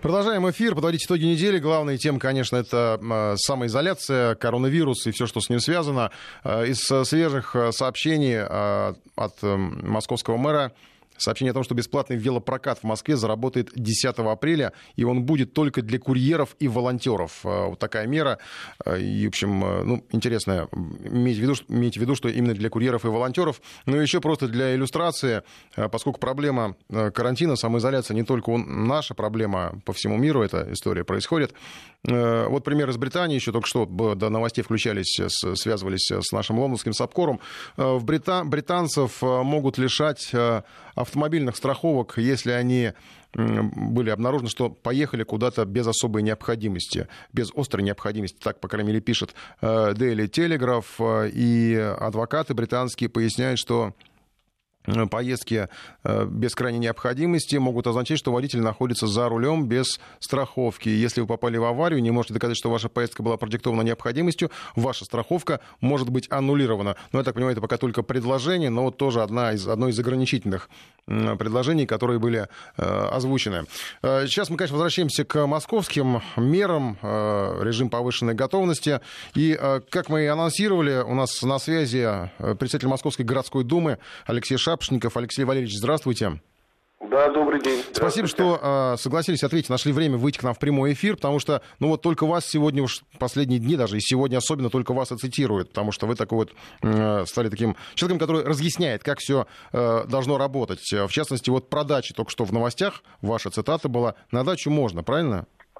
Продолжаем эфир. Подводить итоги недели. Главная тема, конечно, это самоизоляция, коронавирус и все, что с ним связано. Из свежих сообщений от московского мэра. Сообщение о том, что бесплатный велопрокат в Москве заработает 10 апреля, и он будет только для курьеров и волонтеров. Вот такая мера. И, в общем, интересно иметь в виду, что именно для курьеров и волонтеров. Но еще просто для иллюстрации, поскольку проблема карантина, самоизоляция не только наша проблема, по всему миру эта история происходит. Вот пример из Британии. Еще только что до новостей связывались с нашим лондонским САПКОРом. Британцев могут лишать автомобильных страховок, если они были обнаружены, что поехали куда-то без особой необходимости, без острой необходимости, так, по крайней мере, пишет Daily Telegraph, и адвокаты британские поясняют, что поездки без крайней необходимости могут означать, что водитель находится за рулем без страховки. Если вы попали в аварию, не можете доказать, что ваша поездка была продиктована необходимостью, ваша страховка может быть аннулирована. Но, я так понимаю, это пока только предложение, но вот тоже одно из ограничительных предложений, которые были озвучены. Сейчас мы, конечно, возвращаемся к московским мерам, режим повышенной готовности. И, как мы и анонсировали, у нас на связи председатель Московской городской думы Алексей Шапошников. Алексей Валерьевич, здравствуйте. Да, добрый день. Спасибо, что согласились ответить, нашли время выйти к нам в прямой эфир, потому что, только вас сегодня уж последние дни даже, и сегодня особенно только вас и цитируют, потому что вы такой вот стали таким человеком, который разъясняет, как все должно работать. В частности, вот про дачи, только что в новостях ваша цитата была: «На дачу можно», правильно?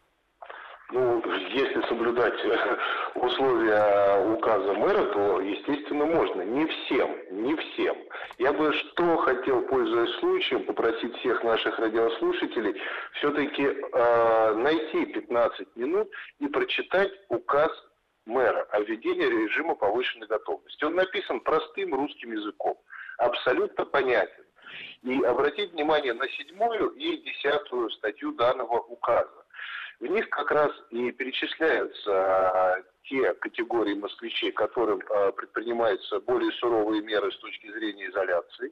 Если соблюдать условия указа мэра, то, естественно, можно. Не всем. Я бы что хотел, пользуясь случаем, попросить всех наших радиослушателей все-таки найти 15 минут и прочитать указ мэра о введении режима повышенной готовности. Он написан простым русским языком, абсолютно понятен. И обратить внимание на 7-ю и 10-ю статью данного указа. В них как раз и перечисляются те категории москвичей, которым предпринимаются более суровые меры с точки зрения изоляции.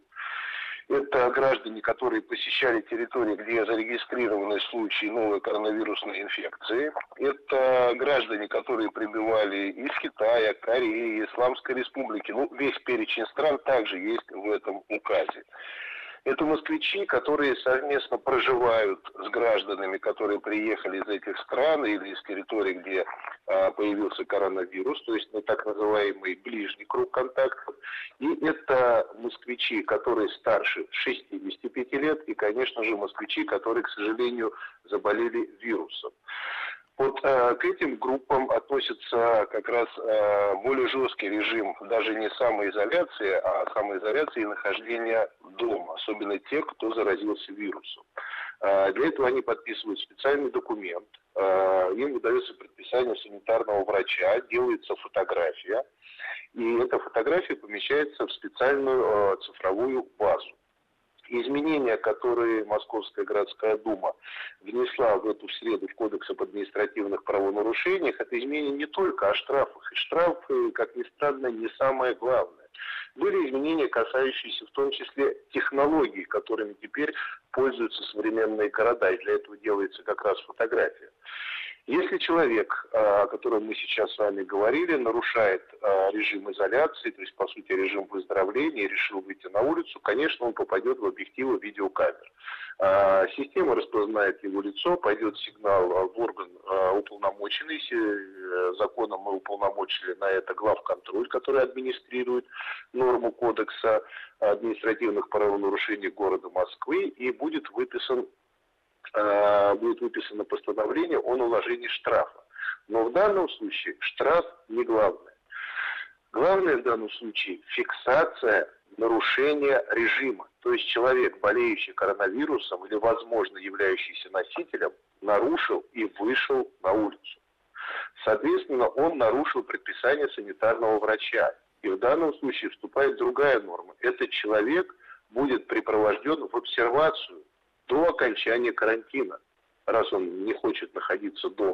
Это граждане, которые посещали территории, где зарегистрированы случаи новой коронавирусной инфекции. Это граждане, которые прибывали из Китая, Кореи, Исламской Республики. Весь перечень стран также есть в этом указе. Это москвичи, которые совместно проживают с гражданами, которые приехали из этих стран или из территорий, где появился коронавирус, то есть так называемый ближний круг контактов. И это москвичи, которые старше 65 лет, и, конечно же, москвичи, которые, к сожалению, заболели вирусом. Вот к этим группам относится как раз более жесткий режим, даже не самоизоляции, а самоизоляции и нахождения дома, особенно тех, кто заразился вирусом. Для этого они подписывают специальный документ, им выдается предписание санитарного врача, делается фотография, и эта фотография помещается в специальную цифровую базу. Изменения, которые Московская городская дума внесла в эту среду в Кодекс об административных правонарушениях, это изменения не только о штрафах. И штрафы, как ни странно, не самое главное. Были изменения, касающиеся в том числе технологий, которыми теперь пользуются современные города. И для этого делается как раз фотография. Если человек, о котором мы сейчас с вами говорили, нарушает режим изоляции, то есть, по сути, режим выздоровления, и решил выйти на улицу, конечно, он попадет в объективы видеокамер. Система распознает его лицо, пойдет сигнал в орган уполномоченный. Законом мы уполномочили на это главконтроль, который администрирует норму Кодекса административных правонарушений города Москвы, и будет выписано постановление о наложении штрафа. Но в данном случае штраф не главное. Главное в данном случае фиксация нарушения режима. То есть человек, болеющий коронавирусом или, возможно, являющийся носителем, нарушил и вышел на улицу. Соответственно, он нарушил предписание санитарного врача. И в данном случае вступает другая норма. Этот человек будет припровожден в обсервацию до окончания карантина, раз он не хочет находиться дома.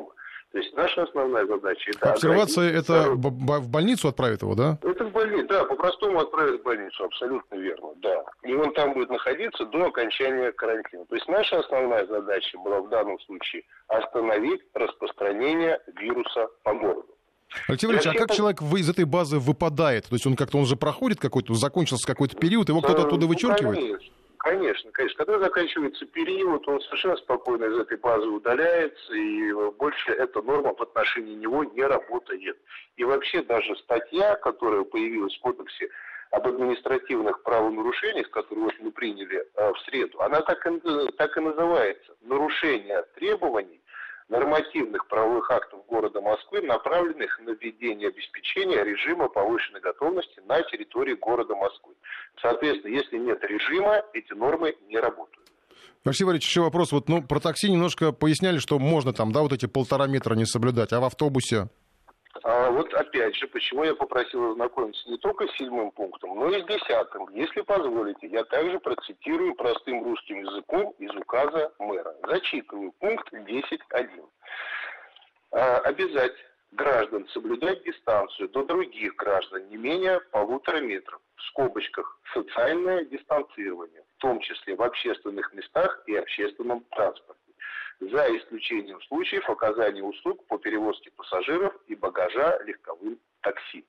То есть наша основная задача... это обсервация, это в больницу отправит его, да? Это в больницу, да, по-простому отправят в больницу, абсолютно верно, да. И он там будет находиться до окончания карантина. То есть наша основная задача была в данном случае остановить распространение вируса по городу. Алексей Валерьевич, а как человек из этой базы выпадает? То есть он же проходит какой-то, закончился какой-то период, его кто-то оттуда вычеркивает? Конечно. Когда заканчивается период, он совершенно спокойно из этой базы удаляется, и больше эта норма в отношении него не работает. И вообще даже статья, которая появилась в Кодексе об административных правонарушениях, которую вот мы приняли в среду, она так и называется. Нарушение требований нормативных правовых актов города Москвы, направленных на введение обеспечения режима повышенной готовности на территории города Москвы. Соответственно, если нет режима, эти нормы не работают. Алексей Валерьевич, еще вопрос. Про такси немножко поясняли, что можно там, вот эти 1,5 метра не соблюдать, а в автобусе? Вот опять же, почему я попросил ознакомиться не только с 7 пунктом, но и с 10-м. Если позволите, я также процитирую простым русским языком из указа мэра. Зачитываю пункт 10.1. Обязать граждан соблюдать дистанцию до других граждан не менее 1,5 метров. В скобочках социальное дистанцирование, в том числе в общественных местах и общественном транспорте, за исключением случаев оказания услуг по перевозке пассажиров и багажа легковым такси.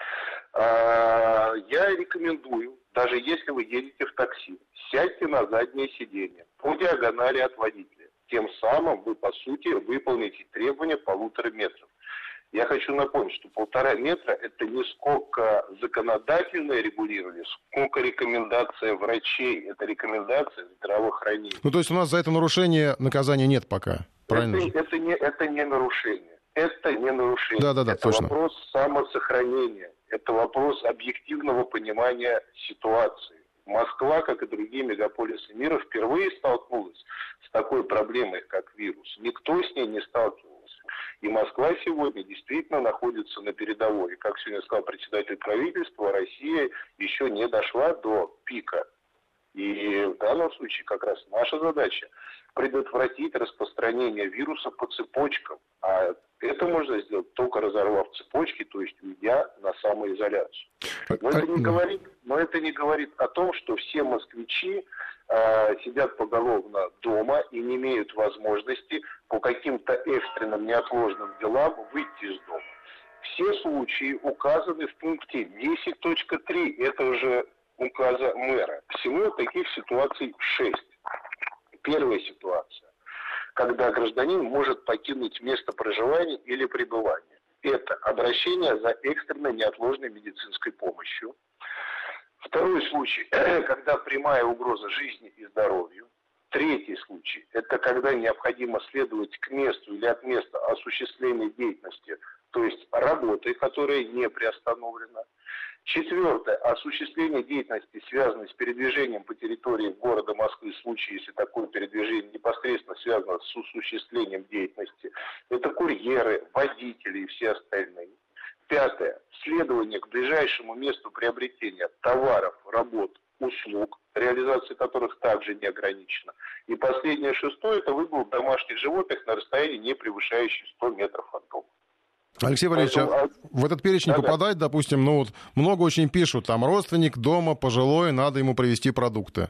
Я рекомендую, даже если вы едете в такси, сядьте на заднее сиденье по диагонали от водителя. Тем самым вы, по сути, выполните требования 1,5 метров. Я хочу напомнить, что 1,5 метра – это не сколько законодательное регулирование, сколько рекомендация врачей, это рекомендация здравоохранения. То есть у нас за это нарушение наказания нет пока, правильно? Это не нарушение. Это не нарушение. Да, это точно. Вопрос самосохранения. Это вопрос объективного понимания ситуации. Москва, как и другие мегаполисы мира, впервые столкнулась с такой проблемой, как вирус. Никто с ней не сталкивался. И Москва сегодня действительно находится на передовой. И, как сегодня сказал председатель правительства, Россия еще не дошла до пика. И в данном случае как раз наша задача предотвратить распространение вируса по цепочкам. А это можно сделать только разорвав цепочки, то есть уйдя на самоизоляцию. Но это не говорит о том, что все москвичи сидят поголовно дома и не имеют возможности по каким-то экстренным неотложным делам выйти из дома. Все случаи указаны в пункте 10.3 этого же указа мэра. Всего таких ситуаций 6. Первая ситуация, когда гражданин может покинуть место проживания или пребывания. Это обращение за экстренной неотложной медицинской помощью. Второй случай, когда прямая угроза жизни и здоровью. Третий случай, это когда необходимо следовать к месту или от места осуществления деятельности, то есть работы, которая не приостановлена. Четвертое, осуществление деятельности, связанной с передвижением по территории города Москвы, в случае, если такое передвижение непосредственно связано с осуществлением деятельности. Это курьеры, водители и все остальные. Пятое, следование к ближайшему месту приобретения товаров, работ, услуг, реализация которых также не ограничена. И последнее, шестое, это выгул домашних животных на расстоянии, не превышающем 100 метров от дома. Алексей Валерьевич, в этот перечень попадает, допустим, много очень пишут, там родственник дома, пожилой, надо ему привезти продукты.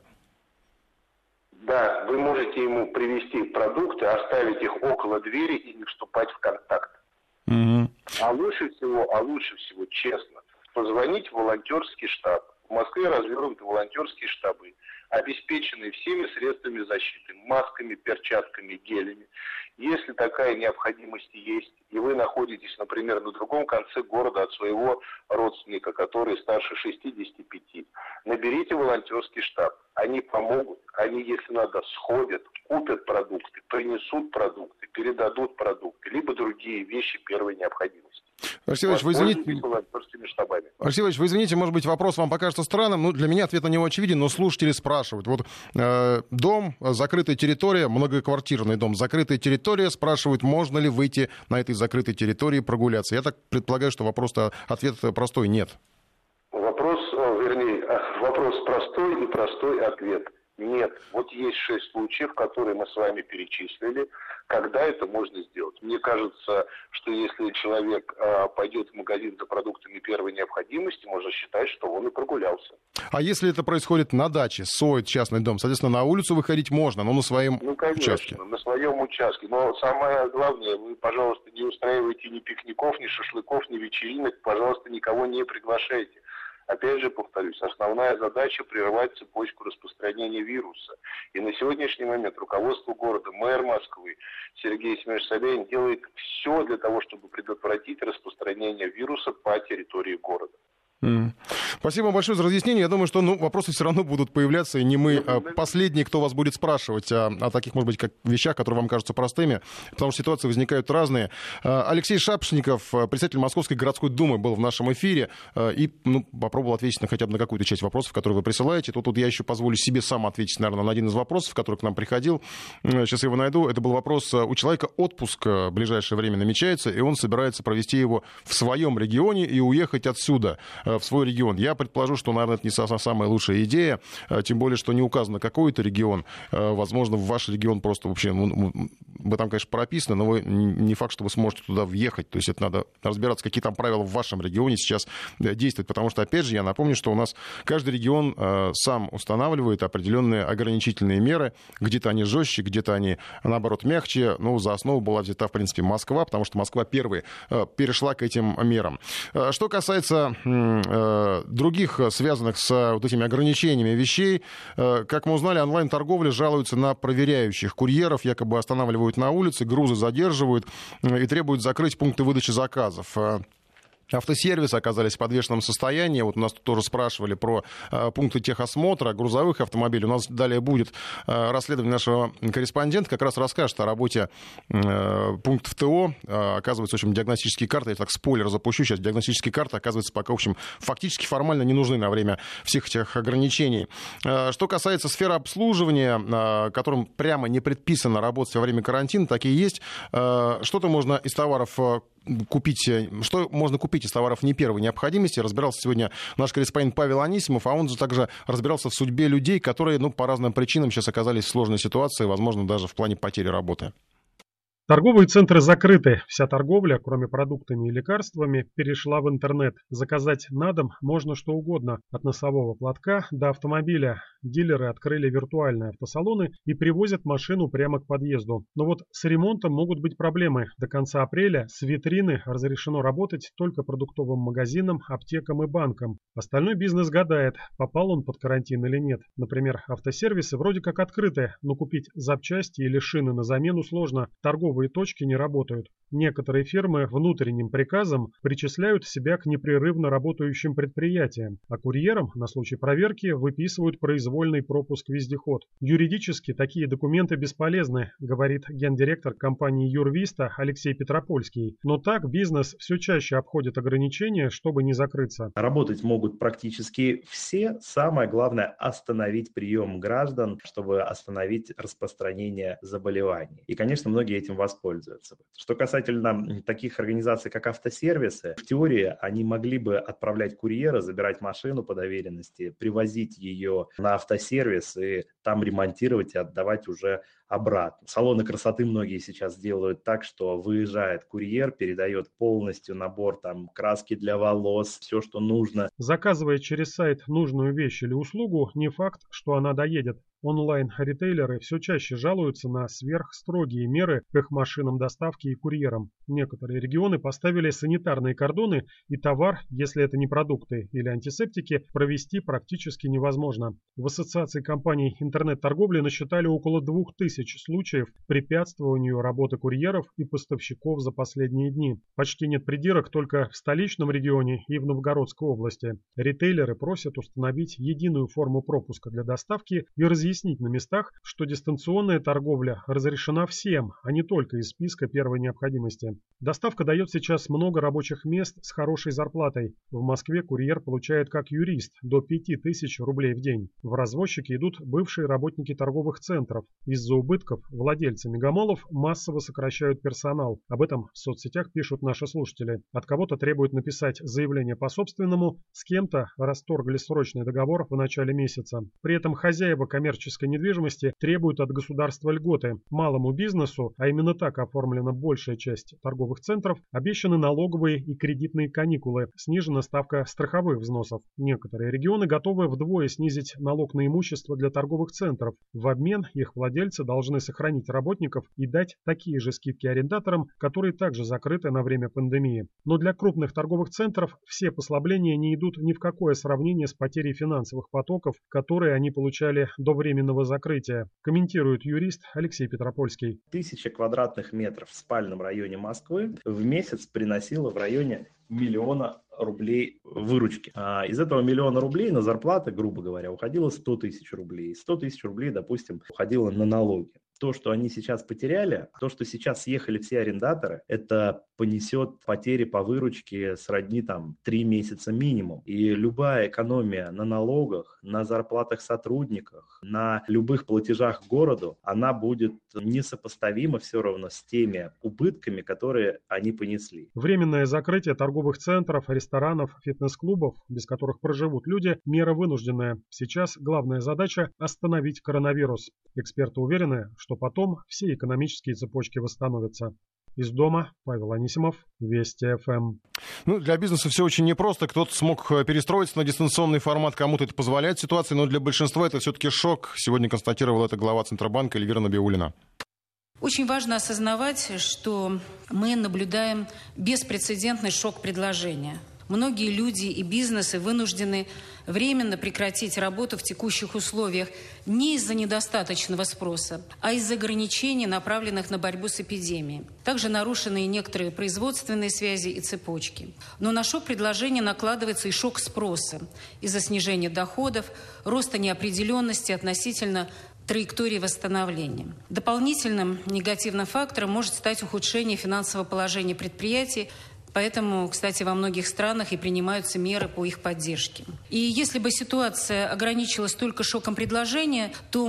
Да, вы можете ему привезти продукты, оставить их около двери и не вступать в контакт. Угу. А лучше всего, честно, позвонить в волонтерский штаб. В Москве развернуты волонтерские штабы, обеспеченные всеми средствами защиты, масками, перчатками, гелями. Если такая необходимость есть, и вы находитесь, например, на другом конце города от своего родственника, который старше 65, наберите волонтерский штаб. Они помогут, они, если надо, сходят, купят продукты, принесут продукты, передадут продукты, либо другие вещи первой необходимости. Алексей Иванович, вы извините, может быть, вопрос вам покажется странным, но для меня ответ на него очевиден, но слушатели спрашивают. Дом, закрытая территория, многоквартирный дом, закрытая территория, спрашивают, можно ли выйти на этой закрытой территории прогуляться. Я так предполагаю, что ответ простой — нет. Вопрос простой и простой ответ. Нет. Вот есть 6 случаев, которые мы с вами перечислили, когда это можно сделать. Мне кажется, что если человек пойдет в магазин за продуктами первой необходимости, можно считать, что он и прогулялся. А если это происходит на даче, свой частный дом, соответственно, на улицу выходить можно, но на своем участке? На своем участке. Но самое главное, вы, пожалуйста, не устраивайте ни пикников, ни шашлыков, ни вечеринок, пожалуйста, никого не приглашайте. Опять же, повторюсь, основная задача — прервать цепочку распространения вируса. И на сегодняшний момент руководство города, мэр Москвы Сергей Семенович Собянин делает все для того, чтобы предотвратить распространение вируса по территории города. Спасибо большое за разъяснение. Я думаю, что вопросы все равно будут появляться, и не мы последние, кто вас будет спрашивать о таких, может быть, вещах, которые вам кажутся простыми, потому что ситуации возникают разные. Алексей Шапошников, председатель Московской городской думы, был в нашем эфире и попробовал ответить хотя бы на какую-то часть вопросов, которые вы присылаете. Тут я еще позволю себе сам ответить, наверное, на один из вопросов, который к нам приходил. Сейчас я его найду. Это был вопрос: у человека отпуск в ближайшее время намечается, и он собирается провести его в своем регионе и уехать отсюда в свой регион. Я предположу, что, наверное, это не самая лучшая идея, тем более, что не указано какой-то регион. Возможно, в ваш регион просто вообще, вы там, конечно, прописаны, но вы не факт, что вы сможете туда въехать. То есть это надо разбираться, какие там правила в вашем регионе сейчас действуют. Потому что, опять же, я напомню, что у нас каждый регион сам устанавливает определенные ограничительные меры. Где-то они жестче, где-то они, наоборот, мягче. Но за основу была взята, в принципе, Москва, потому что Москва первой перешла к этим мерам. Что касается других, связанных с вот этими ограничениями вещей, как мы узнали, онлайн-торговля жалуется на проверяющих. Курьеров якобы останавливают на улице, грузы задерживают и требуют закрыть пункты выдачи заказов. Автосервисы оказались в подвешенном состоянии. Вот у нас тут тоже спрашивали про пункты техосмотра грузовых автомобилей. У нас далее будет расследование нашего корреспондента. Как раз расскажет о работе пунктов ТО. Оказывается, в общем, диагностические карты, я так спойлер запущу сейчас, диагностические карты, оказывается, пока, в общем, фактически формально не нужны на время всех этих ограничений. Что касается сферы обслуживания, которым прямо не предписано работать во время карантина, такие есть. Что-то можно из товаров купить, что можно купить из товаров не первой необходимости. Разбирался сегодня наш корреспондент Павел Анисимов, а он же также разбирался в судьбе людей, которые, по разным причинам сейчас оказались в сложной ситуации, возможно, даже в плане потери работы. Торговые центры закрыты. Вся торговля, кроме продуктами и лекарствами, перешла в интернет. Заказать на дом можно что угодно, от носового платка до автомобиля. Дилеры открыли виртуальные автосалоны и привозят машину прямо к подъезду. Но вот с ремонтом могут быть проблемы. До конца апреля с витрины разрешено работать только продуктовым магазинам, аптекам и банкам. Остальной бизнес гадает, попал он под карантин или нет. Например, автосервисы вроде как открыты, но купить запчасти или шины на замену сложно. Торговые точки не работают. Некоторые фирмы внутренним приказом причисляют себя к непрерывно работающим предприятиям, а курьерам на случай проверки выписывают произвольный пропуск-вездеход. Юридически такие документы бесполезны, говорит гендиректор компании Юрвиста Алексей Петропольский. Но так бизнес все чаще обходит ограничения, чтобы не закрыться. Работать могут практически все. Самое главное — остановить прием граждан, чтобы остановить распространение заболеваний. И, конечно, многие этим воспользуются. Что касательно таких организаций, как автосервисы, в теории они могли бы отправлять курьера, забирать машину по доверенности, привозить ее на автосервис и там ремонтировать и отдавать уже обратно. Салоны красоты многие сейчас делают так, что выезжает курьер, передает полностью набор краски для волос, все, что нужно. Заказывая через сайт нужную вещь или услугу, не факт, что она доедет. Онлайн-ритейлеры все чаще жалуются на сверхстрогие меры к их машинам доставки и курьерам. Некоторые регионы поставили санитарные кордоны, и товар, если это не продукты или антисептики, провести практически невозможно. В Ассоциации компаний интернет-торговли насчитали около 2000 случаев препятствованию работы курьеров и поставщиков за последние дни. Почти нет придирок только в столичном регионе и в Новгородской области. Ритейлеры просят установить единую форму пропуска для доставки и разъяснить на местах, что дистанционная торговля разрешена всем, а не только из списка первой необходимости. Доставка дает сейчас много рабочих мест с хорошей зарплатой. В Москве курьер получает как юрист до 5000 рублей в день. В развозчики идут бывшие работники торговых центров. Из-за убытков владельцы мегамолов массово сокращают персонал. Об этом в соцсетях пишут наши слушатели. От кого-то требуют написать заявление по собственному, с кем-то расторгли срочный договор в начале месяца. При этом хозяева коммерческой недвижимости требуют от государства льготы. Малому бизнесу, а именно так оформлена большая часть торговых центров, обещаны налоговые и кредитные каникулы, снижена ставка страховых взносов. Некоторые регионы готовы вдвое снизить налог на имущество для торговых центров. В обмен их владельцы должны сохранить работников и дать такие же скидки арендаторам, которые также закрыты на время пандемии. Но для крупных торговых центров все послабления не идут ни в какое сравнение с потерей финансовых потоков, которые они получали до временного закрытия, комментирует юрист Алексей Петропольский. 1000 квадратных метров в спальном районе Москвы в месяц приносило в районе 1 000 000 рублей выручки. Из этого 1 000 000 рублей на зарплаты, грубо говоря, уходило 100 000 рублей. 100 000 рублей, допустим, уходило на налоги. То, что они сейчас потеряли, то, что сейчас съехали все арендаторы, это понесет потери по выручке сродни 3 месяца минимум. И любая экономия на налогах, на зарплатах сотрудников, на любых платежах городу, она будет несопоставима все равно с теми убытками, которые они понесли. Временное закрытие торговых центров, ресторанов, фитнес-клубов, без которых проживут люди, мера вынужденная. Сейчас главная задача – остановить коронавирус. Эксперты уверены, что потом все экономические цепочки восстановятся. Из дома Павел Анисимов, Вести ФМ. Для бизнеса все очень непросто. Кто-то смог перестроиться на дистанционный формат, кому-то это позволяет ситуация, но для большинства это все-таки шок. Сегодня констатировала это глава Центробанка Эльвира Набиуллина. Очень важно осознавать, что мы наблюдаем беспрецедентный шок предложения. Многие люди и бизнесы вынуждены временно прекратить работу в текущих условиях не из-за недостаточного спроса, а из-за ограничений, направленных на борьбу с эпидемией. Также нарушены и некоторые производственные связи и цепочки. Но на шок предложения накладывается и шок спроса из-за снижения доходов, роста неопределенности относительно траектории восстановления. Дополнительным негативным фактором может стать ухудшение финансового положения предприятий. Поэтому, кстати, во многих странах и принимаются меры по их поддержке. И если бы ситуация ограничилась только шоком предложения, то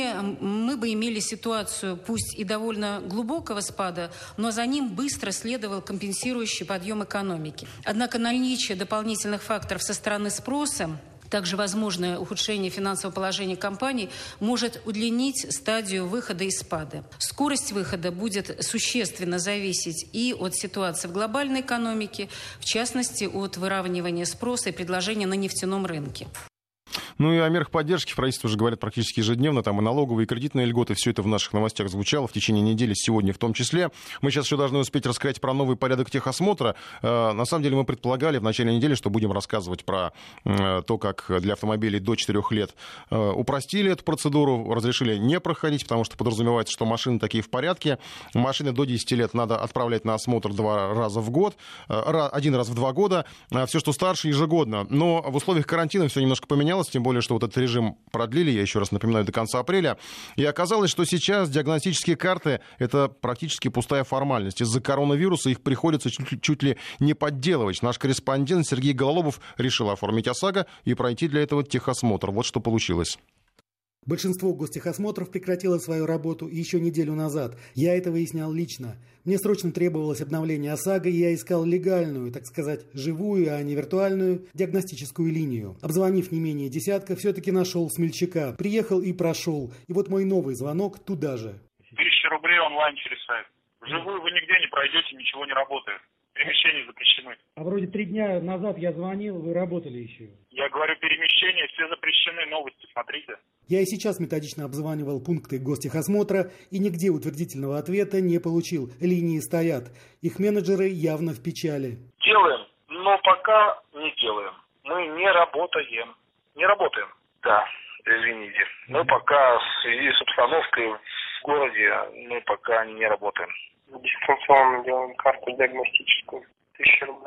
мы бы имели ситуацию, пусть и довольно глубокого спада, но за ним быстро следовал компенсирующий подъем экономики. Однако наличие дополнительных факторов со стороны спроса, также возможное ухудшение финансового положения компаний может удлинить стадию выхода из спада. Скорость выхода будет существенно зависеть и от ситуации в глобальной экономике, в частности, от выравнивания спроса и предложения на нефтяном рынке. И о мерах поддержки правительство уже говорят практически ежедневно. Там и налоговые, и кредитные льготы. Все это в наших новостях звучало в течение недели, сегодня в том числе. Мы сейчас еще должны успеть рассказать про новый порядок техосмотра. На самом деле мы предполагали в начале недели, что будем рассказывать про то, как для автомобилей до 4 лет упростили эту процедуру, разрешили не проходить, потому что подразумевается, что машины такие в порядке. Машины до 10 лет надо отправлять на осмотр 2 раза в год, 1 раз в 2 года. Все, что старше, ежегодно. Но в условиях карантина все немножко поменялось, тем более, что вот этот режим продлили, я еще раз напоминаю, до конца апреля. И оказалось, что сейчас диагностические карты — это практически пустая формальность. Из-за коронавируса их приходится чуть ли не подделывать. Наш корреспондент Сергей Гололобов решил оформить ОСАГО и пройти для этого техосмотр. Вот что получилось. Большинство гостехосмотров прекратило свою работу еще неделю назад. Я это выяснял лично. Мне срочно требовалось обновление ОСАГО, и я искал легальную, так сказать, живую, а не виртуальную, диагностическую линию. Обзвонив не менее десятка, все-таки нашел смельчака. Приехал и прошел. И вот мой новый звонок туда же. 1000 рублей онлайн через сайт. Вживую вы нигде не пройдете, ничего не работает. Перемещения запрещены. А вроде 3 дня назад я звонил, вы работали еще. Я говорю, перемещения все запрещены, новости смотрите. Я и сейчас методично обзванивал пункты гостехосмотра и нигде утвердительного ответа не получил. Линии стоят. Их менеджеры явно в печали. Делаем, но пока не делаем. Мы не работаем. Не работаем. Да, извините. Мы пока в связи с обстановкой в городе, мы пока не работаем. Дистанционно делаем карту диагностическую. 1000 рублей.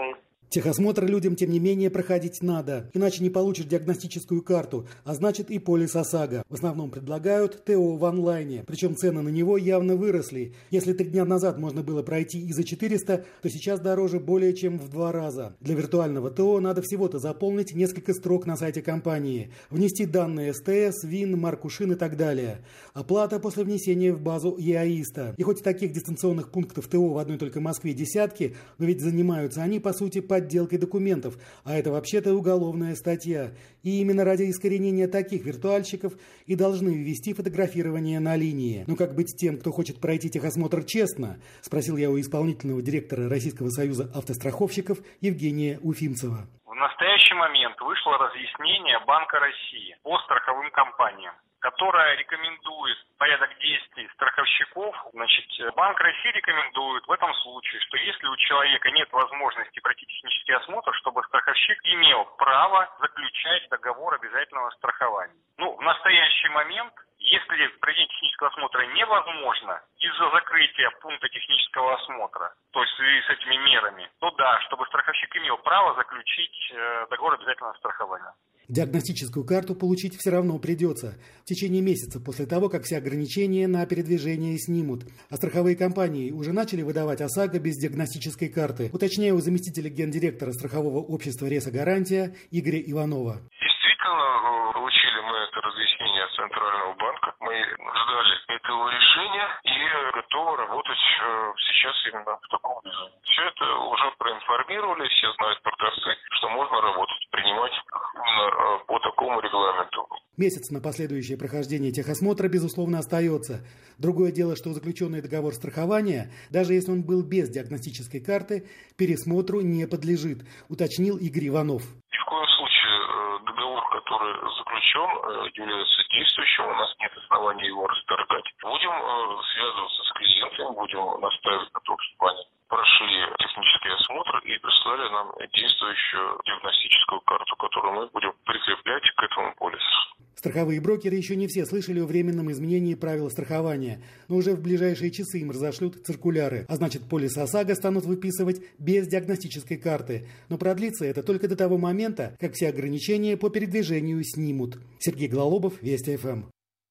Техосмотр людям, тем не менее, проходить надо, иначе не получишь диагностическую карту, а значит и полис ОСАГО. В основном предлагают ТО в онлайне, причем цены на него явно выросли. Если 3 дня назад можно было пройти и за 400, то сейчас дороже более чем в 2 раза. Для виртуального ТО надо всего-то заполнить несколько строк на сайте компании, внести данные СТС, ВИН, марку шин и так далее. Оплата после внесения в базу ЕАИСТа. И хоть таких дистанционных пунктов ТО в одной только Москве десятки, но ведь занимаются они, по сути, подделкой документов, а это вообще-то уголовная статья. И именно ради искоренения таких виртуальщиков и должны ввести фотографирование на линии. Но как быть тем, кто хочет пройти техосмотр честно? Спросил я у исполнительного директора Российского союза автостраховщиков Евгения Уфимцева. В настоящий момент вышло разъяснение Банка России по страховым компаниям, которая рекомендует порядок действий страховщиков. Значит, Банк России рекомендует в этом случае, что если у человека нет возможности пройти технический осмотр, чтобы страховщик имел право заключать договор обязательного страхования. В настоящий момент, если пройти технического осмотра невозможно из-за закрытия пункта технического осмотра, то есть в связи с этими мерами, то да, чтобы страховщик имел право заключить договор обязательного страхования. Диагностическую карту получить все равно придется в течение месяца после того, как все ограничения на передвижение снимут. А страховые компании уже начали выдавать ОСАГО без диагностической карты. Уточняю у заместителя гендиректора страхового общества «Реса Гарантия» Игоря Иванова. Действительно, получили мы это разъяснение от Центрального банка. Мы ждали этого решения и готовы работать сейчас именно в таком режиме. Все это уже проинформировали, все знают продавцы, что можно работать, принимать именно по такому регламенту. Месяц на последующее прохождение техосмотра, безусловно, остается. Другое дело, что заключенный договор страхования, даже если он был без диагностической карты, пересмотру не подлежит, уточнил Игорь Иванов. Ни в коем случае договор, который заключен, является действующим, у нас нет оснований его расторгать. Будем связываться с клиентами, будем настаивать на том, чтобы они прошли технический осмотр и прислали нам действующую диагностическую карту, которую мы будем прикреплять к этому полису. Страховые брокеры еще не все слышали о временном изменении правил страхования, но уже в ближайшие часы им разошлют циркуляры, а значит полис ОСАГО станут выписывать без диагностической карты. Но продлится это только до того момента, как все ограничения по передвижению снимут. Сергей Глалобов, Вести ФМ.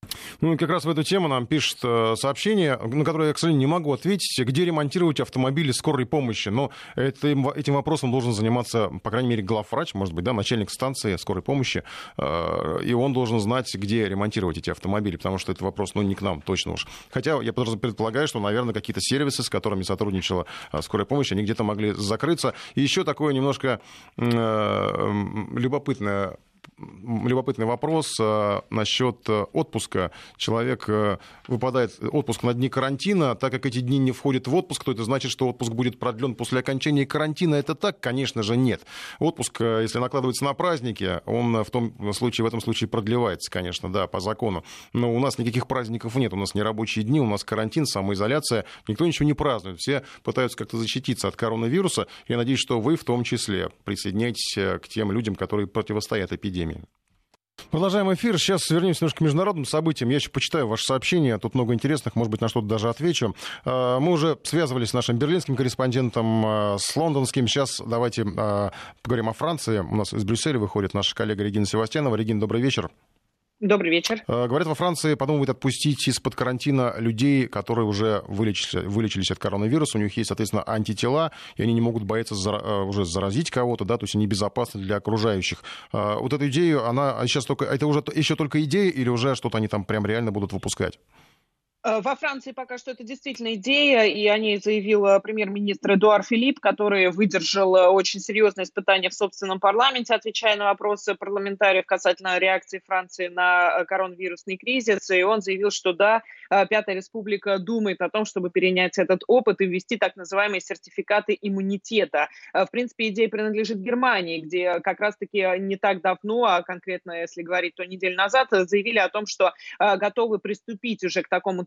И как раз в эту тему нам пишет сообщение, на которое я, к сожалению, не могу ответить, где ремонтировать автомобили скорой помощи. Но этим вопросом должен заниматься, по крайней мере, главврач, может быть, да, начальник станции скорой помощи, и он должен знать, где ремонтировать эти автомобили, потому что это вопрос, не к нам точно уж. Хотя я предполагаю, что, наверное, какие-то сервисы, с которыми сотрудничала скорая помощь, они где-то могли закрыться. И еще такое немножко любопытный вопрос насчет отпуска. Человек выпадает отпуск на дни карантина, так как эти дни не входят в отпуск, то это значит, что отпуск будет продлен после окончания карантина. Это так? Конечно же, нет. Отпуск, если накладывается на праздники, он в этом случае продлевается, конечно, да, по закону. Но у нас никаких праздников нет, у нас не рабочие дни, у нас карантин, самоизоляция, никто ничего не празднует. Все пытаются как-то защититься от коронавируса. Я надеюсь, что вы в том числе присоединяетесь к тем людям, которые противостоят эпидемии. Продолжаем эфир. Сейчас вернемся немножко к международным событиям. Я еще почитаю ваши сообщения. Тут много интересных, может быть, на что-то даже отвечу. Мы уже связывались с нашим берлинским корреспондентом, с лондонским. Сейчас давайте поговорим о Франции. У нас из Брюсселя выходит наша коллега Регина Севастьянова. Регина, добрый вечер. Добрый вечер. Говорят, во Франции подумывают отпустить из-под карантина людей, которые уже вылечились от коронавируса, у них есть, соответственно, антитела, и они не могут бояться уже заразить кого-то, да, то есть они безопасны для окружающих. Вот эту идею, она сейчас только, это уже еще только идея или уже что-то они там прям реально будут выпускать? Во Франции пока что это действительно идея, и о ней заявил премьер-министр Эдуар Филипп, который выдержал очень серьезное испытание в собственном парламенте, отвечая на вопросы парламентариев касательно реакции Франции на коронавирусный кризис. И он заявил, что да, Пятая Республика думает о том, чтобы перенять этот опыт и ввести так называемые сертификаты иммунитета. В принципе, идея принадлежит Германии, где как раз-таки не так давно, а конкретно, если говорить, то неделю назад, заявили о том, что готовы приступить уже к такому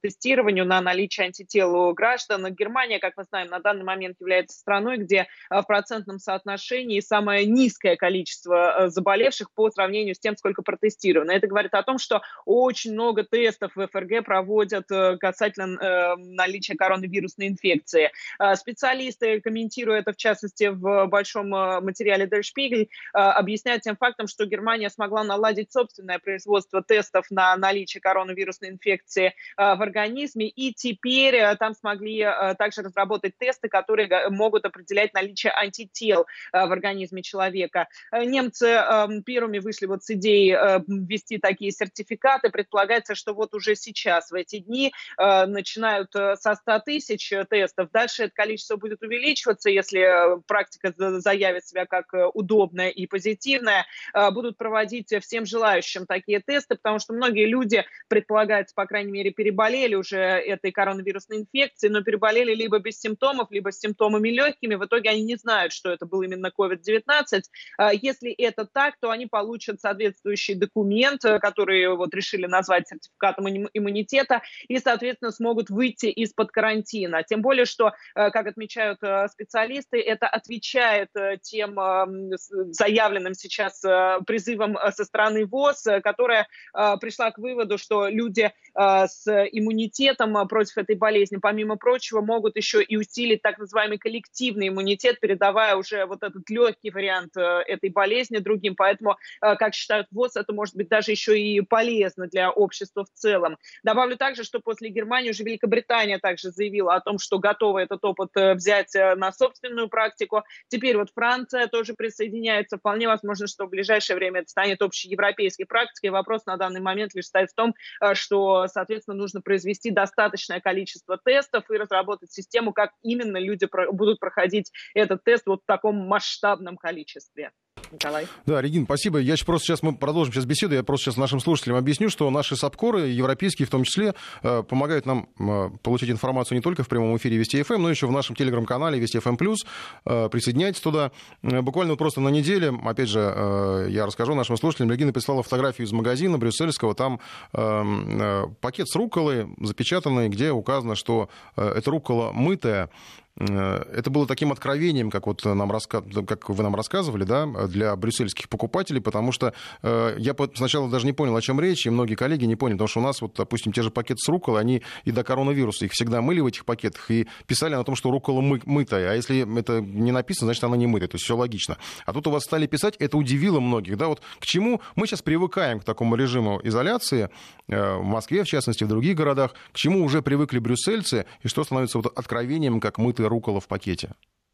тестированию на наличие антител у граждан. Германия, как мы знаем, на данный момент является страной, где в процентном соотношении самое низкое количество заболевших по сравнению с тем, сколько протестировано. Это говорит о том, что очень много тестов в ФРГ проводят касательно наличия коронавирусной инфекции. Специалисты, комментируя это, в частности, в большом материале Der Spiegel, объясняют тем фактом, что Германия смогла наладить собственное производство тестов на наличие коронавирусной инфекции в организме, и теперь там смогли также разработать тесты, которые могут определять наличие антител в организме человека. Немцы первыми вышли вот с идеей ввести такие сертификаты. Предполагается, что вот уже сейчас, в эти дни, начинают со 100 тысяч тестов. Дальше это количество будет увеличиваться, если практика заявит себя как удобная и позитивная. Будут проводить всем желающим такие тесты, потому что многие люди, предполагается, по крайней мере, переболели уже этой коронавирусной инфекцией, но переболели либо без симптомов, либо с симптомами легкими. В итоге они не знают, что это был именно COVID-19. Если это так, то они получат соответствующий документ, который вот решили назвать сертификатом иммунитета, и, соответственно, смогут выйти из-под карантина. Тем более, что, как отмечают специалисты, это отвечает тем заявленным сейчас призывам со стороны ВОЗ, которая пришла к выводу, что люди с иммунитетом против этой болезни, помимо прочего, могут еще и усилить так называемый коллективный иммунитет, передавая уже вот этот легкий вариант этой болезни другим. Поэтому, как считают ВОЗ, это может быть даже еще и полезно для общества в целом. Добавлю также, что после Германии уже Великобритания также заявила о том, что готова этот опыт взять на собственную практику. Теперь вот Франция тоже присоединяется. Вполне возможно, что в ближайшее время это станет общеевропейской практикой. Вопрос на данный момент лишь стоит в том, что, соответственно, нужно произвести достаточное количество тестов и разработать систему, как именно люди будут проходить этот тест вот в таком масштабном количестве. Николай. Да, Регин, спасибо. Мы продолжим сейчас беседу. Я просто сейчас нашим слушателям объясню, что наши САПКОРы, европейские в том числе, помогают нам получить информацию не только в прямом эфире Вести ФМ, но еще в нашем телеграм-канале Вести ФМ+. Присоединяйтесь туда. Буквально просто на неделе, опять же, я расскажу нашим слушателям, Регина прислала фотографию из магазина брюссельского. Там пакет с рукколой запечатанный, где указано, что эта руккола мытая. Это было таким откровением, как вы нам рассказывали, да, для брюссельских покупателей, потому что я сначала даже не понял, о чем речь, и многие коллеги не поняли, потому что у нас, вот, допустим, те же пакеты с рукколой, они и до коронавируса, их всегда мыли в этих пакетах и писали на том, что руккола мытая, а если это не написано, значит, она не мытая, то есть все логично. А тут у вас стали писать, это удивило многих, да, вот к чему мы сейчас привыкаем к такому режиму изоляции, в Москве, в частности, в других городах, к чему уже привыкли брюссельцы, и что становится вот откровением, как мытая руккола в пакете?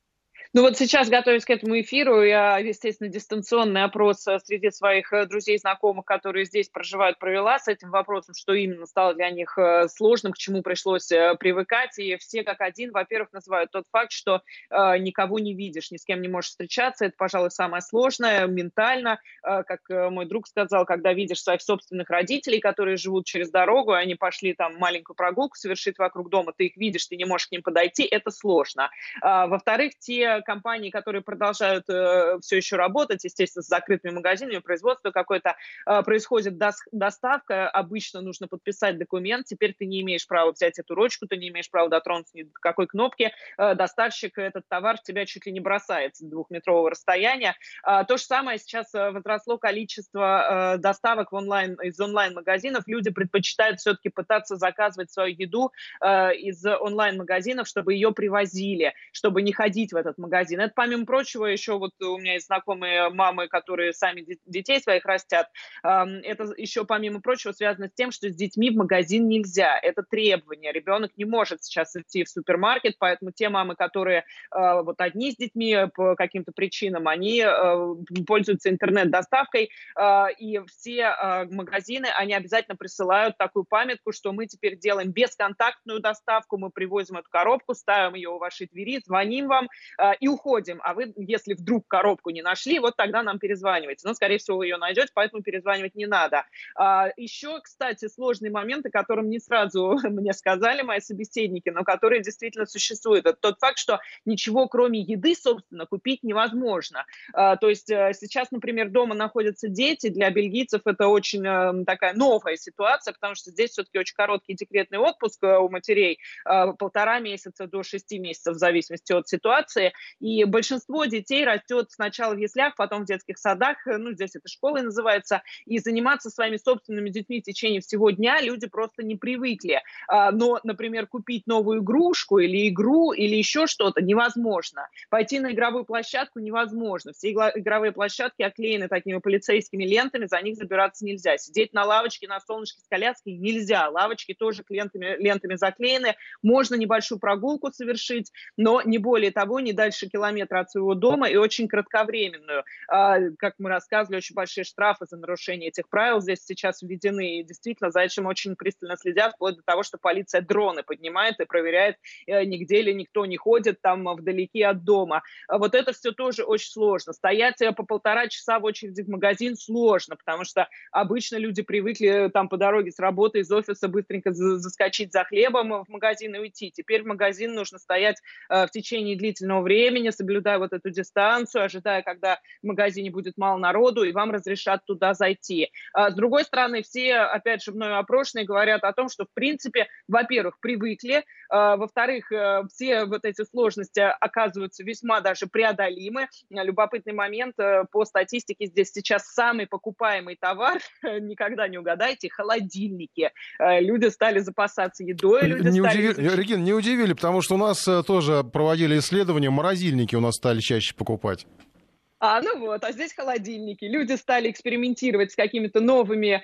Ну вот сейчас, готовясь к этому эфиру, я, естественно, дистанционный опрос среди своих друзей и знакомых, которые здесь проживают, провела с этим вопросом, что именно стало для них сложным, к чему пришлось привыкать. И все как один, во-первых, называют тот факт, что никого не видишь, ни с кем не можешь встречаться. Это, пожалуй, самое сложное ментально. Как мой друг сказал, когда видишь своих собственных родителей, которые живут через дорогу, и они пошли там маленькую прогулку совершить вокруг дома, ты их видишь, ты не можешь к ним подойти, это сложно. Во-вторых, те компании, которые продолжают все еще работать, естественно, с закрытыми магазинами, производство какое-то, происходит доставка, обычно нужно подписать документ, теперь ты не имеешь права взять эту ручку, ты не имеешь права дотронуться ни до какой кнопки, доставщик этот товар в тебя чуть ли не бросает с 2-метрового расстояния. То же самое сейчас возросло количество доставок из онлайн-магазинов, люди предпочитают все-таки пытаться заказывать свою еду из онлайн-магазинов, чтобы ее привозили, чтобы не ходить в этот магазин. Это, помимо прочего, еще вот у меня есть знакомые мамы, которые сами детей своих растят. Это еще, помимо прочего, связано с тем, что с детьми в магазин нельзя. Это требование. Ребенок не может сейчас идти в супермаркет, поэтому те мамы, которые вот одни с детьми по каким-то причинам, они пользуются интернет-доставкой, и все магазины, они обязательно присылают такую памятку, что мы теперь делаем бесконтактную доставку, мы привозим эту коробку, ставим ее у вашей двери, звоним вам, и уходим. А вы, если вдруг коробку не нашли, вот тогда нам перезванивайте. Но, скорее всего, вы ее найдете, поэтому перезванивать не надо. Еще, кстати, сложный момент, о котором не сразу мне сказали мои собеседники, но который действительно существует. Это тот факт, что ничего, кроме еды, собственно, купить невозможно. То есть сейчас, например, дома находятся дети. Для бельгийцев это очень такая новая ситуация, потому что здесь все-таки очень короткий декретный отпуск у матерей, 1,5 месяца до 6 месяцев, в зависимости от ситуации. И большинство детей растет сначала в яслях, потом в детских садах, ну, здесь это школой называется, и заниматься своими собственными детьми в течение всего дня люди просто не привыкли. Но, например, купить новую игрушку или игру, или еще что-то невозможно. Пойти на игровую площадку невозможно. Все игровые площадки оклеены такими полицейскими лентами, за них забираться нельзя. Сидеть на лавочке, на солнышке с коляской нельзя. Лавочки тоже лентами заклеены. Можно небольшую прогулку совершить, но не более того, не дальше километра от своего дома и очень кратковременную. Как мы рассказывали, очень большие штрафы за нарушение этих правил здесь сейчас введены, и действительно за этим очень пристально следят, вплоть до того, что полиция дроны поднимает и проверяет, нигде ли никто не ходит там вдалеке от дома. Вот это все тоже очень сложно. Стоять по 1,5 часа в очереди в магазин сложно, потому что обычно люди привыкли там по дороге с работы, из офиса быстренько заскочить за хлебом в магазин и уйти. Теперь в магазин нужно стоять в течение длительного времени, соблюдая вот эту дистанцию, ожидая, когда в магазине будет мало народу, и вам разрешат туда зайти. С другой стороны, все, опять же, мною опрошенные говорят о том, что, в принципе, во-первых, привыкли, во-вторых, все вот эти сложности оказываются весьма даже преодолимы. Любопытный момент, по статистике, здесь сейчас самый покупаемый товар, никогда не угадайте, холодильники. Люди стали запасаться едой. Регина, не удивили, потому что у нас тоже проводили исследования, морозильники у нас стали чаще покупать. Ну вот, а здесь холодильники. Люди стали экспериментировать с какими-то новыми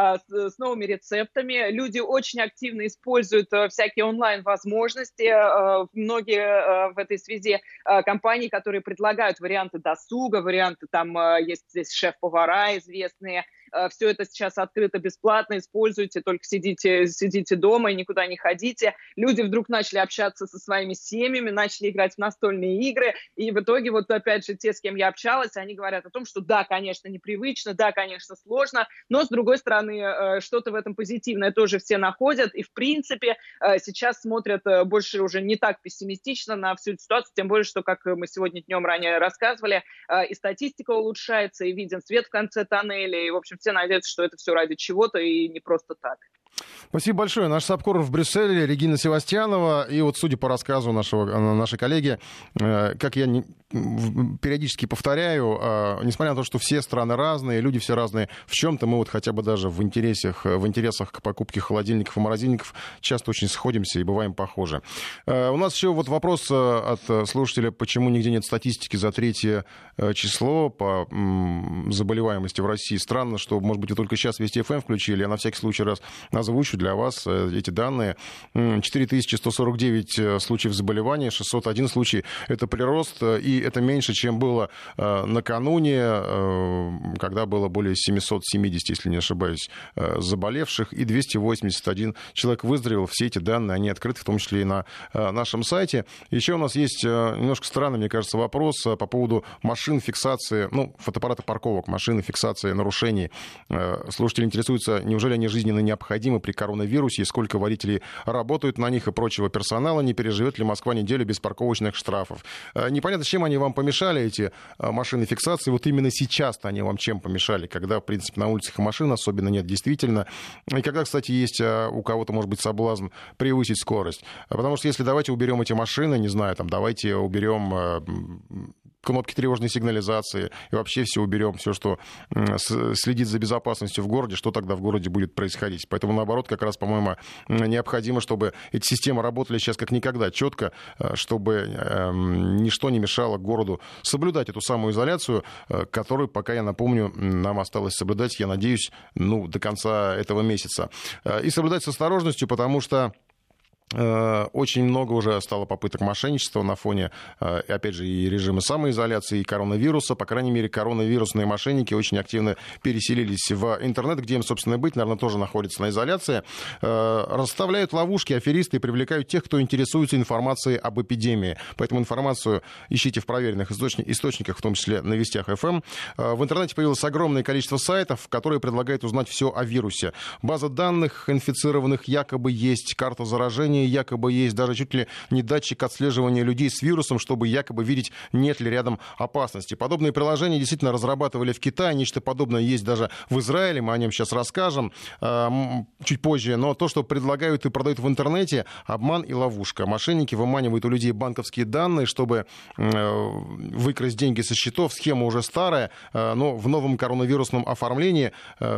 рецептами. Люди очень активно используют всякие онлайн-возможности. Многие в этой связи компании, которые предлагают варианты досуга, варианты, там есть здесь шеф-повара известные. Все это сейчас открыто, бесплатно, используйте, только сидите дома и никуда не ходите. Люди вдруг начали общаться со своими семьями, начали играть в настольные игры, и в итоге вот опять же те, с кем я общалась, они говорят о том, что да, конечно, непривычно, да, конечно, сложно, но с другой стороны, что-то в этом позитивное тоже все находят, и в принципе сейчас смотрят больше уже не так пессимистично на всю эту ситуацию, тем более, что, как мы сегодня днем ранее рассказывали, и статистика улучшается, и виден свет в конце тоннеля, и, в общем, все надеются, что это все ради чего-то и не просто так. Спасибо большое. Наш САПКОР в Брюсселе, Регина Севастьянова. И вот, судя по рассказу нашей коллеги, как я периодически повторяю, несмотря на то, что все страны разные, люди все разные, в чем-то мы вот хотя бы даже в интересах к покупке холодильников и морозильников часто очень сходимся и бываем похожи. У нас еще вот вопрос от слушателя, почему нигде нет статистики за 3 число по заболеваемости в России. Странно, что, может быть, вы только сейчас Вести ФМ включили. Я на всякий случай озвучу для вас эти данные. 4149 случаев заболевания, 601 случай — это прирост, и это меньше, чем было накануне, когда было более 770, если не ошибаюсь, заболевших, и 281 человек выздоровел. Все эти данные, они открыты, в том числе и на нашем сайте. Еще у нас есть немножко странный, мне кажется, вопрос по поводу машин фиксации, фотоаппарата парковок, машины фиксации нарушений. Слушатели интересуются, неужели они жизненно необходимы при коронавирусе, и сколько водителей работают на них и прочего персонала, не переживет ли Москва неделю без парковочных штрафов. Непонятно, чем они вам помешали, эти машины фиксации. Вот именно сейчас-то они вам чем помешали, когда, в принципе, на улицах машин особенно нет, действительно. И когда, кстати, есть у кого-то, может быть, соблазн превысить скорость. Потому что если давайте уберем эти машины, не знаю, давайте уберем кнопки тревожной сигнализации и вообще все уберем, все, что следит за безопасностью в городе, что тогда в городе будет происходить. Поэтому, наоборот, как раз, по-моему, необходимо, чтобы эти системы работали сейчас как никогда четко, чтобы ничто не мешало городу соблюдать эту самую изоляцию, которую, пока я напомню, нам осталось соблюдать, я надеюсь, до конца этого месяца. И соблюдать с осторожностью, потому что Очень много уже стало попыток мошенничества на фоне, опять же, и режима самоизоляции, и коронавируса. По крайней мере, коронавирусные мошенники очень активно переселились в интернет, где им, собственно, быть, наверное, тоже находятся на изоляции. Расставляют ловушки, аферисты и привлекают тех, кто интересуется информацией об эпидемии. Поэтому информацию ищите в проверенных источниках, в том числе на Вестях ФМ. В интернете появилось огромное количество сайтов, которые предлагают узнать все о вирусе. База данных инфицированных якобы есть, карта заражения якобы есть, даже чуть ли не датчик отслеживания людей с вирусом, чтобы якобы видеть, нет ли рядом опасности. Подобные приложения действительно разрабатывали в Китае, нечто подобное есть даже в Израиле, мы о нем сейчас расскажем чуть позже, но то, что предлагают и продают в интернете, обман и ловушка. Мошенники выманивают у людей банковские данные, чтобы выкрасть деньги со счетов. Схема уже старая, но в новом коронавирусном оформлении.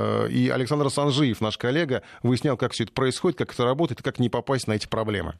И Александр Санжиев, наш коллега, выяснял, как все это происходит, как это работает и как не попасть на эти проблемы.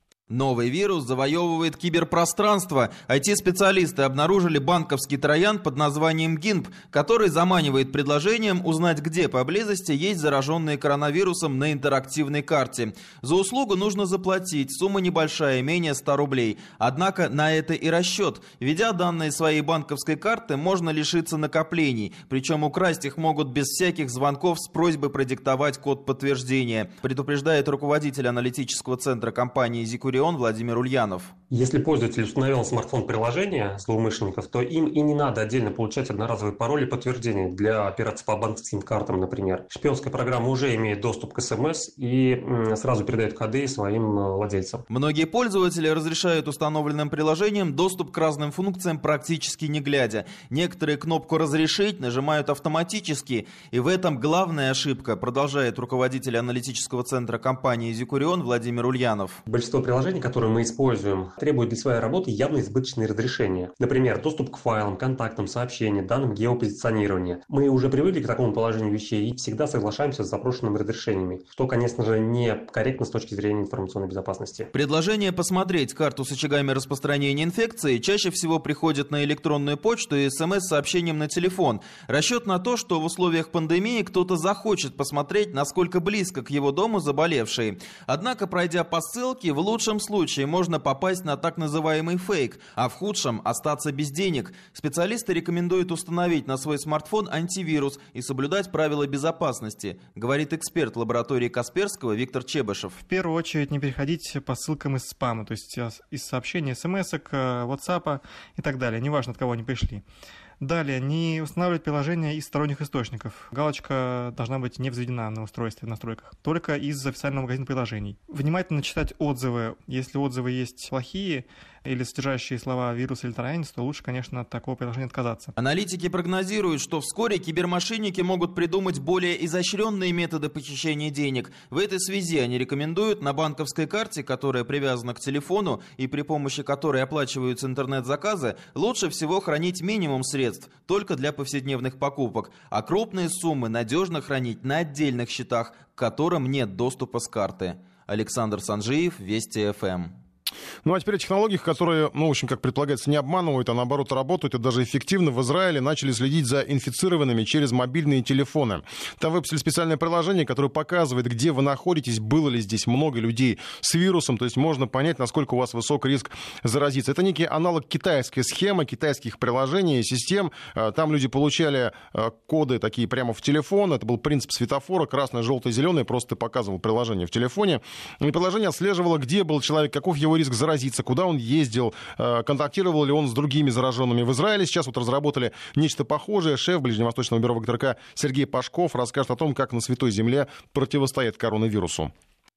Новый вирус завоевывает киберпространство. IT-специалисты обнаружили банковский троян под названием GIMP, который заманивает предложением узнать, где поблизости есть зараженные коронавирусом на интерактивной карте. За услугу нужно заплатить, сумма небольшая, менее 100 рублей. Однако на это и расчет. Введя данные своей банковской карты, можно лишиться накоплений. Причем украсть их могут без всяких звонков с просьбой продиктовать код подтверждения, предупреждает руководитель аналитического центра компании «Зикурион» Владимир Ульянов. Если пользователь установил на смартфон приложение злоумышленников, то им и не надо отдельно получать одноразовый пароль и подтверждение для операций по банковским картам, например. Шпионская программа уже имеет доступ к СМС и сразу передает коды своим владельцам. Многие пользователи разрешают установленным приложением доступ к разным функциям практически не глядя. Некоторые кнопку «Разрешить» нажимают автоматически, и в этом главная ошибка, продолжает руководитель аналитического центра компании «Зикурион» Владимир Ульянов. Большинство приложений, которые мы используем, требуют для своей работы явно избыточные разрешения. Например, доступ к файлам, контактам, сообщениям, данным геопозиционирования. Мы уже привыкли к такому положению вещей и всегда соглашаемся с запрошенными разрешениями, что, конечно же, не корректно с точки зрения информационной безопасности. Предложение посмотреть карту с очагами распространения инфекции чаще всего приходит на электронную почту и СМС с сообщением на телефон. Расчет на то, что в условиях пандемии кто-то захочет посмотреть, насколько близко к его дому заболевший. Однако, пройдя по ссылке, в лучшем случае можно попасть на так называемый фейк, а в худшем остаться без денег. Специалисты рекомендуют установить на свой смартфон антивирус и соблюдать правила безопасности, говорит эксперт лаборатории Касперского Виктор Чебышев. В первую очередь не переходить по ссылкам из спама, то есть из сообщений, смс-ок, WhatsApp и так далее, неважно, от кого они пришли. Далее, не устанавливать приложения из сторонних источников. Галочка должна быть не взведена на устройстве в настройках, только из официального магазина приложений. Внимательно читать отзывы. Если отзывы есть плохие или содержащие слова вирус или троянец, то лучше, конечно, от такого приложения отказаться. Аналитики прогнозируют, что вскоре кибермошенники могут придумать более изощренные методы похищения денег. В этой связи они рекомендуют на банковской карте, которая привязана к телефону и при помощи которой оплачиваются интернет-заказы, лучше всего хранить минимум средств только для повседневных покупок, а крупные суммы надежно хранить на отдельных счетах, к которым нет доступа с карты. Александр Санжиев, Вести ФМ. Ну, а теперь о технологиях, которые, в общем, как предполагается, не обманывают, а наоборот работают и даже эффективно. В Израиле начали следить за инфицированными через мобильные телефоны. Там выпустили специальное приложение, которое показывает, где вы находитесь, было ли здесь много людей с вирусом, то есть можно понять, насколько у вас высок риск заразиться. Это некий аналог китайской схемы, китайских приложений, систем. Там люди получали коды такие прямо в телефон. Это был принцип светофора, красное, желтое, зеленое. Просто ты показывал приложение в телефоне. И приложение отслеживало, где был человек, каков его риск заразиться, куда он ездил, контактировал ли он с другими зараженными. В Израиле сейчас вот разработали нечто похожее. Шеф Ближневосточного бюро ВГТРК Сергей Пашков расскажет о том, как на Святой Земле противостоят коронавирусу.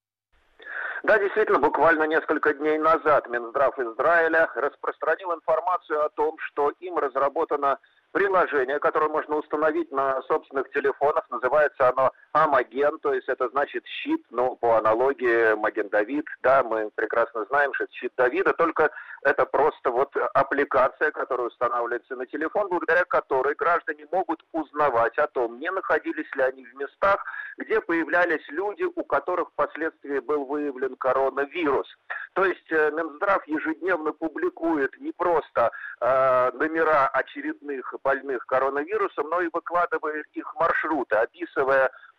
Да, действительно, буквально несколько дней назад Минздрав Израиля распространил информацию о том, что им разработано приложение, которое можно установить на собственных телефонах. Называется оно Амаген, то есть это значит щит, по аналогии Маген-Давид. Да, мы прекрасно знаем, что это щит Давида, только это просто аппликация, которая устанавливается на телефон, благодаря которой граждане могут узнавать о том, не находились ли они в местах, где появлялись люди, у которых впоследствии был выявлен коронавирус. То есть Минздрав ежедневно публикует не просто номера очередных больных коронавирусом, но и выкладывает их маршруты, описывая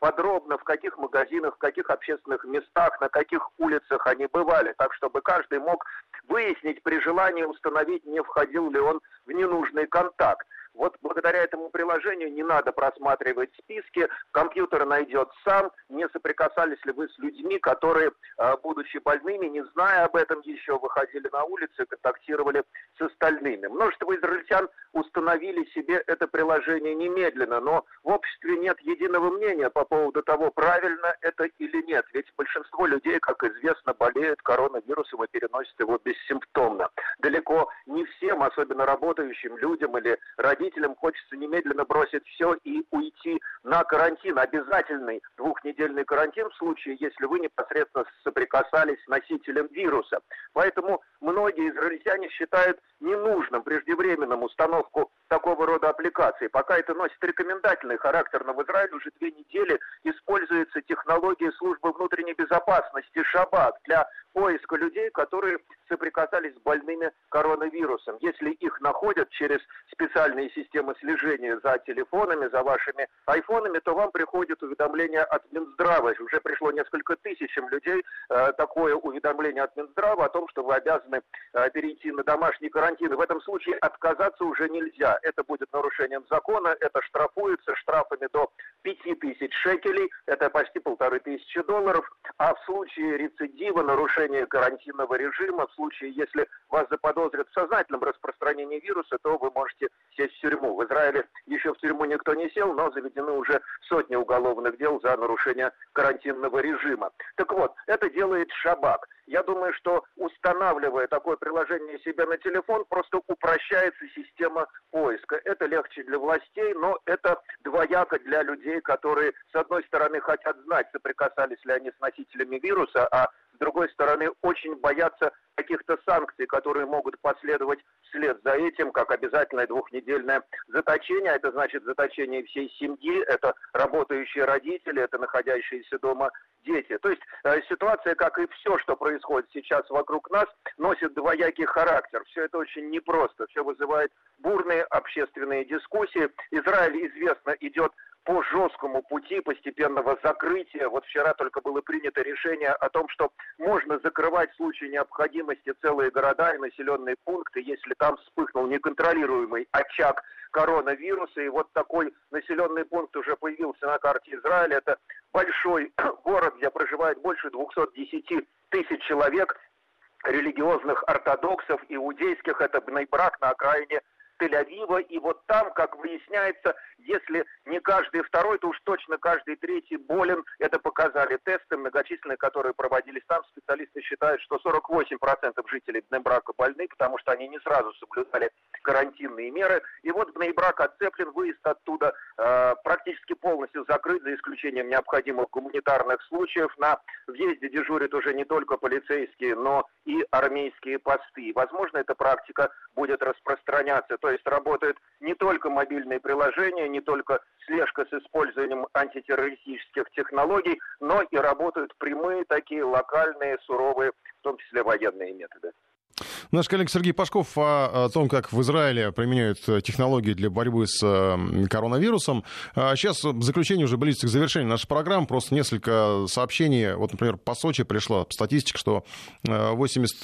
подробно, в каких магазинах, в каких общественных местах, на каких улицах они бывали, так чтобы каждый мог выяснить при желании, установить, не входил ли он в ненужный контакт. Вот благодаря этому приложению не надо просматривать списки, компьютер найдет сам, не соприкасались ли вы с людьми, которые, будучи больными, не зная об этом еще, выходили на улицы, контактировали с остальными. Множество израильтян установили себе это приложение немедленно, но в обществе нет единого мнения по поводу того, правильно это или нет. Ведь большинство людей, как известно, болеют коронавирусом и переносят его бессимптомно. Далеко не всем, особенно работающим людям или родителям, хочется немедленно бросить все и уйти на карантин. Обязательный 2-недельный карантин в случае, если вы непосредственно соприкасались с носителем вируса. Поэтому многие израильтяне считают ненужным, преждевременным установку такого рода аппликаций. Пока это носит рекомендательный характер, но в Израиле уже 2 недели используется технология службы внутренней безопасности Шабак для поиска людей, которые соприкасались с больными коронавирусом. Если их находят через специальные системы слежения за телефонами, за вашими айфонами, то вам приходит уведомление от Минздрава. Уже пришло несколько тысячам людей такое уведомление от Минздрава о том, что вы обязаны перейти на домашний карантин. И в этом случае отказаться уже нельзя. Это будет нарушением закона, это штрафуется штрафами до 5000 шекелей, это почти $1500, а в случае рецидива, нарушения карантинного режима, в случае, если вас заподозрят в сознательном распространении вируса, то вы можете сесть в тюрьму. В Израиле еще в тюрьму никто не сел, но заведены уже сотни уголовных дел за нарушение карантинного режима. Так вот, это делает Шабак. Я думаю, что устанавливая такое приложение себе на телефон, просто упрощается система поиска. Это легче для властей, но это двояко для людей, которые, с одной стороны, хотят знать, соприкасались ли они с носителями вируса, а с другой стороны, очень боятся каких-то санкций, которые могут последовать вслед за этим, как обязательное 2-недельное заточение. Это значит заточение всей семьи, это работающие родители, это находящиеся дома дети. То есть ситуация, как и все, что происходит сейчас вокруг нас, носит двоякий характер. Все это очень непросто, все вызывает бурные общественные дискуссии. Израиль, известно, идет по жесткому пути постепенного закрытия. Вот вчера только было принято решение о том, что можно закрывать в случае необходимости целые города и населенные пункты, если там вспыхнул неконтролируемый очаг коронавируса. И вот такой населенный пункт уже появился на карте Израиля. Это большой город, где проживает больше 210 тысяч человек, религиозных ортодоксов, иудейских. Это Бней-Брак на окраине Тель-Авива, и вот там, как выясняется, если не каждый второй, то уж точно каждый третий болен. Это показали тесты многочисленные, которые проводились там. Специалисты считают, что 48% жителей Бней-Брака больны, потому что они не сразу соблюдали карантинные меры. И вот Бней-Брак отцеплен, выезд оттуда практически полностью закрыт, за исключением необходимых гуманитарных случаев. На въезде дежурят уже не только полицейские, но и армейские посты. И, возможно, эта практика будет распространяться. То есть работают не только мобильные приложения, не только слежка с использованием антитеррористических технологий, но и работают прямые такие локальные, суровые, в том числе военные методы. Наш коллега Сергей Пашков о том, как в Израиле применяют технологии для борьбы с коронавирусом. Сейчас в заключение уже близится к завершению нашей программы. Просто несколько сообщений. Вот, например, по Сочи пришла статистика, что на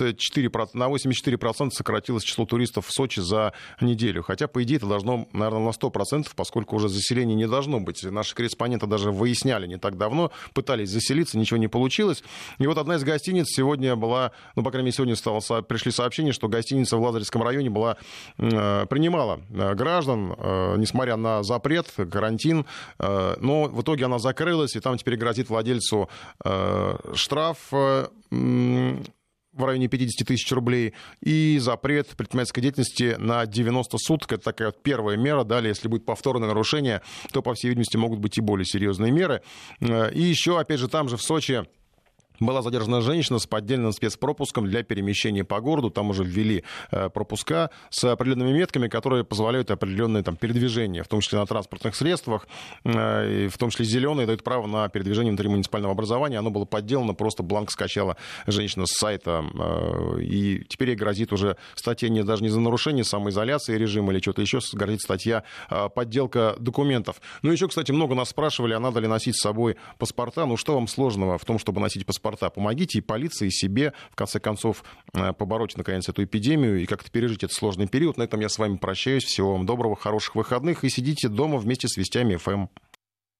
84% сократилось число туристов в Сочи за неделю. Хотя, по идее, это должно, наверное, на 100%, поскольку уже заселения не должно быть. Наши корреспонденты даже выясняли не так давно, пытались заселиться, ничего не получилось. И вот одна из гостиниц сегодня была, ну, по крайней мере, сегодня пришли сообщения, что гостиница в Лазаревском районе принимала граждан, несмотря на запрет, карантин, но в итоге она закрылась, и там теперь грозит владельцу штраф в районе 50 тысяч рублей и запрет предпринимательской деятельности на 90 суток. Это такая вот первая мера. Далее, если будет повторное нарушение, то, по всей видимости, могут быть и более серьезные меры. И еще, опять же, там же в Сочи Была задержана женщина с поддельным спецпропуском для перемещения по городу. Там уже ввели пропуска с определенными метками, которые позволяют определенные там передвижения, в том числе на транспортных средствах, и в том числе зеленые дают право на передвижение внутри муниципального образования. Оно было подделано, просто бланк скачала женщина с сайта, и теперь ей грозит уже статья даже не за нарушение самоизоляции режима или что-то еще, грозит статья подделка документов. Ну, еще, кстати, много нас спрашивали, а надо ли носить с собой паспорта. Ну, что вам сложного в том, чтобы носить паспорта? Помогите и полиции, и себе, в конце концов, побороть, наконец, эту эпидемию и как-то пережить этот сложный период. На этом я с вами прощаюсь. Всего вам доброго, хороших выходных. И сидите дома вместе с Вестями ФМ.